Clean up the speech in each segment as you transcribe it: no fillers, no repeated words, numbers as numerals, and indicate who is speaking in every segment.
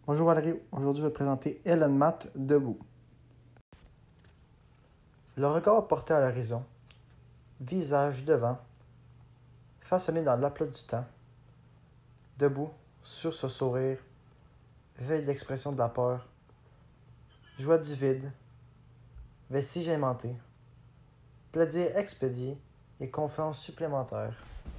Speaker 1: Bonjour Valérie, aujourd'hui je vais te présenter Ellen Matt debout. Le regard porté à l'horizon, visage devant, façonné dans l'aplat du temps, debout, sur ce sourire, veille d'expression de la peur, joie du vide, vestige aimanté, plaisir expédié et confiance supplémentaire.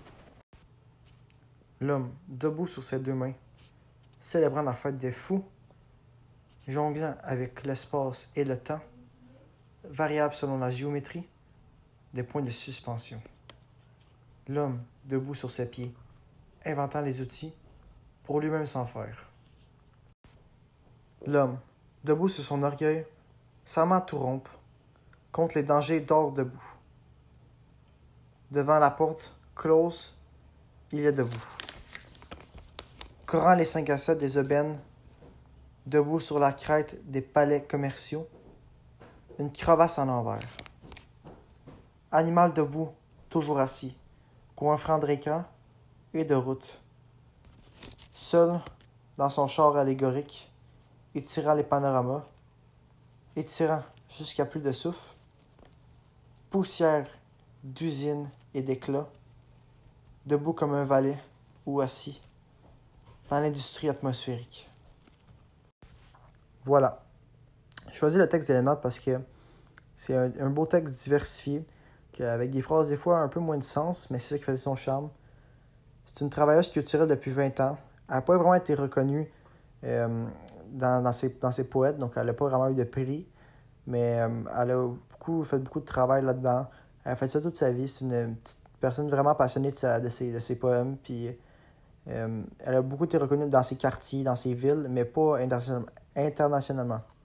Speaker 1: L'homme, debout sur ses deux mains, célébrant la fête des fous, jonglant avec l'espace et le temps, variable selon la géométrie, des points de suspension. L'homme, debout sur ses pieds, inventant les outils pour lui-même s'en faire. L'homme, debout sur son orgueil, s'armant tout rompre, contre les dangers d'or debout. Devant la porte close, il est debout. Corant les 5 à 7 des aubaines, debout sur la crête des palais commerciaux, une crevasse en envers. Animal debout, toujours assis, coiffant d'écran et de route. Seul, dans son char allégorique, étirant les panoramas, étirant jusqu'à plus de souffle, poussière d'usine et d'éclats, debout comme un valet ou assis, dans l'industrie atmosphérique. Voilà. Je choisis le texte d'Ellen Matt parce que c'est un beau texte diversifié, avec des phrases des fois un peu moins de sens, mais c'est ça qui faisait son charme. C'est une travailleuse culturelle depuis 20 ans. Elle n'a pas vraiment été reconnue dans ses poètes, donc elle n'a pas vraiment eu de prix, mais elle a fait beaucoup de travail là-dedans. Elle a fait ça toute sa vie. C'est une petite personne vraiment passionnée de ses poèmes. Puis, elle a beaucoup été reconnue dans ses quartiers, dans ses villes, mais pas internationalement.